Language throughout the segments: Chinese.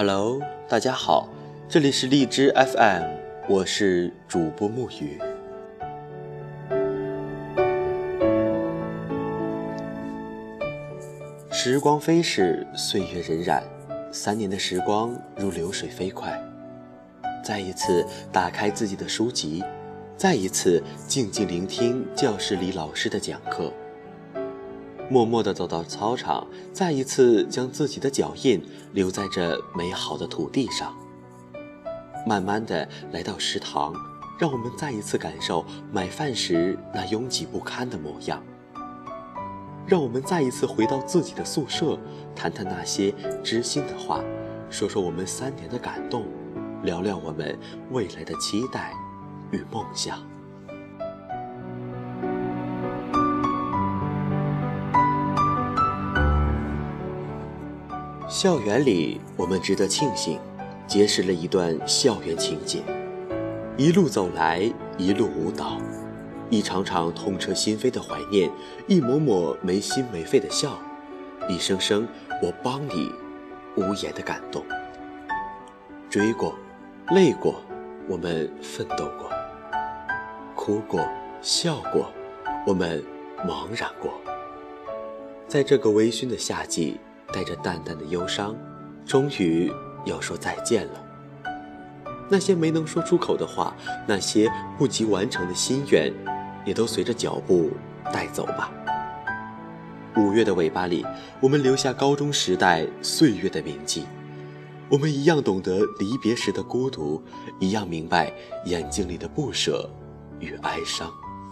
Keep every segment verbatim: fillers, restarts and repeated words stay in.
Hello， 大家好，这里是荔枝 F M， 我是主播木鱼。时光飞逝，岁月荏苒，三年的时光如流水飞快。再一次打开自己的书籍，再一次静静聆听教室里老师的讲课，默默地走到操场，再一次将自己的脚印留在这美好的土地上。慢慢地来到食堂，让我们再一次感受买饭时那拥挤不堪的模样。让我们再一次回到自己的宿舍，谈谈那些知心的话，说说我们三年的感动，聊聊我们未来的期待与梦想。校园里，我们值得庆幸，结识了一段校园情节。一路走来，一路舞蹈，一场场痛彻心扉的怀念，一抹抹没心没肺的笑，一声声我帮你无言的感动。追过，累过，我们奋斗过，哭过，笑过，我们茫然过。在这个微醺的夏季，带着淡淡的忧伤，终于要说再见了。那些没能说出口的话，那些不及完成的心愿，也都随着脚步带走吧。五月的尾巴里，我们留下高中时代岁月的铭记。我们一样懂得离别时的孤独，一样明白眼睛里的不舍与哀伤。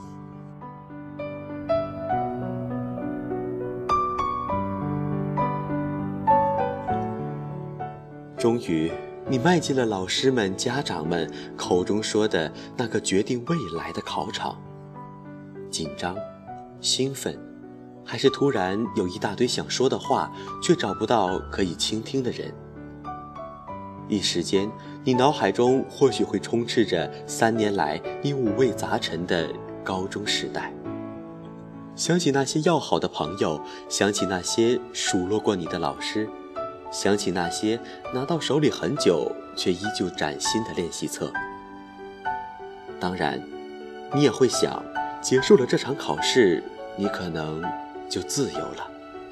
终于，你迈进了老师们、家长们口中说的那个决定未来的考场。紧张、兴奋，还是突然有一大堆想说的话，却找不到可以倾听的人。一时间，你脑海中或许会充斥着三年来你五味杂陈的高中时代。想起那些要好的朋友，想起那些数落过你的老师，想起那些拿到手里很久却依旧崭新的练习册。当然，你也会想，结束了这场考试，你可能就自由了。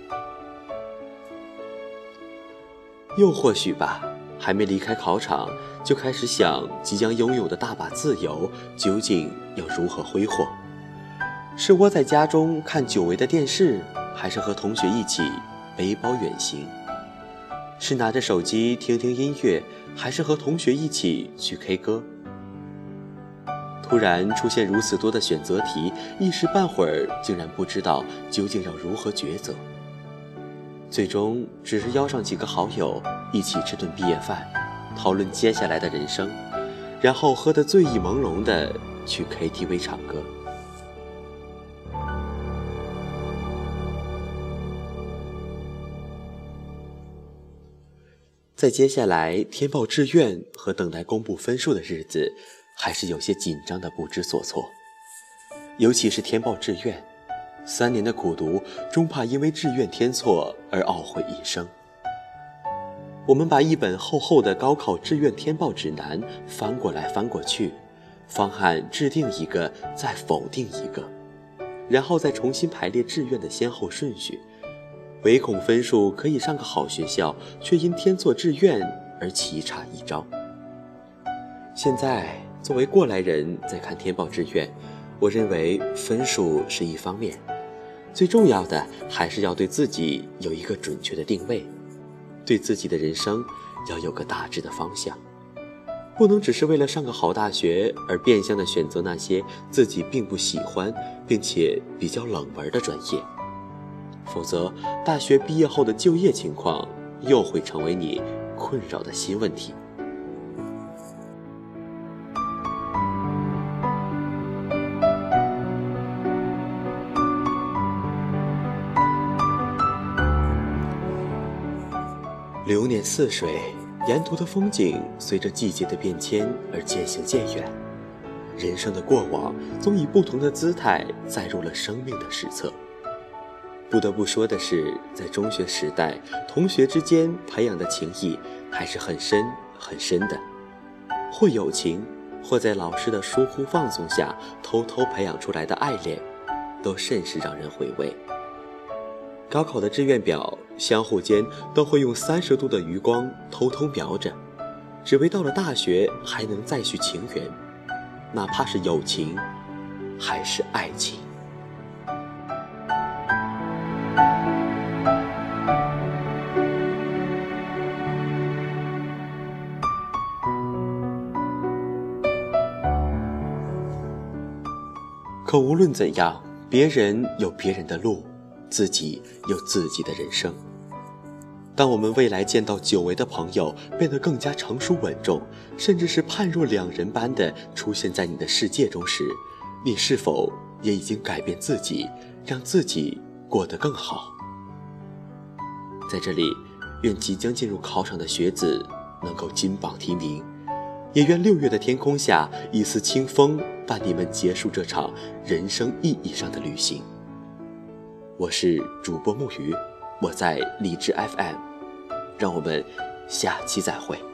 又或许吧，还没离开考场，就开始想即将拥有的大把自由究竟要如何挥霍。是窝在家中看久违的电视，还是和同学一起背包远行？是拿着手机听听音乐，还是和同学一起去 K 歌？突然出现如此多的选择题，一时半会儿竟然不知道究竟要如何抉择。最终只是邀上几个好友一起吃顿毕业饭，讨论接下来的人生，然后喝得醉意朦胧的去 K T V 唱歌。在接下来填报志愿和等待公布分数的日子，还是有些紧张的不知所措。尤其是填报志愿，三年的苦读，终怕因为志愿填错而懊悔一生。我们把一本厚厚的高考志愿填报指南翻过来翻过去，方案制定一个，再否定一个，然后再重新排列志愿的先后顺序。唯恐分数可以上个好学校，却因填错志愿而棋差一招。现在作为过来人在看填报志愿，我认为分数是一方面，最重要的还是要对自己有一个准确的定位，对自己的人生要有个大致的方向，不能只是为了上个好大学而变相的选择那些自己并不喜欢并且比较冷门的专业。否则，大学毕业后的就业情况又会成为你困扰的新问题。流年似水，沿途的风景随着季节的变迁而渐行渐远。人生的过往总以不同的姿态载入了生命的史册。不得不说的是，在中学时代，同学之间培养的情谊还是很深很深的。或友情，或在老师的疏忽放纵下偷偷培养出来的爱恋，都甚是让人回味。高考的志愿表，相互间都会用三十度的余光偷偷瞄着，只为到了大学还能再续情缘，哪怕是友情，还是爱情。可无论怎样，别人有别人的路，自己有自己的人生。当我们未来见到久违的朋友变得更加成熟稳重，甚至是判若两人般的出现在你的世界中时，你是否也已经改变自己，让自己过得更好？在这里，愿即将进入考场的学子能够金榜题名，也愿六月的天空下一丝清风伴你们结束这场人生意义上的旅行。我是主播木鱼，我在荔枝 F M， 让我们下期再会。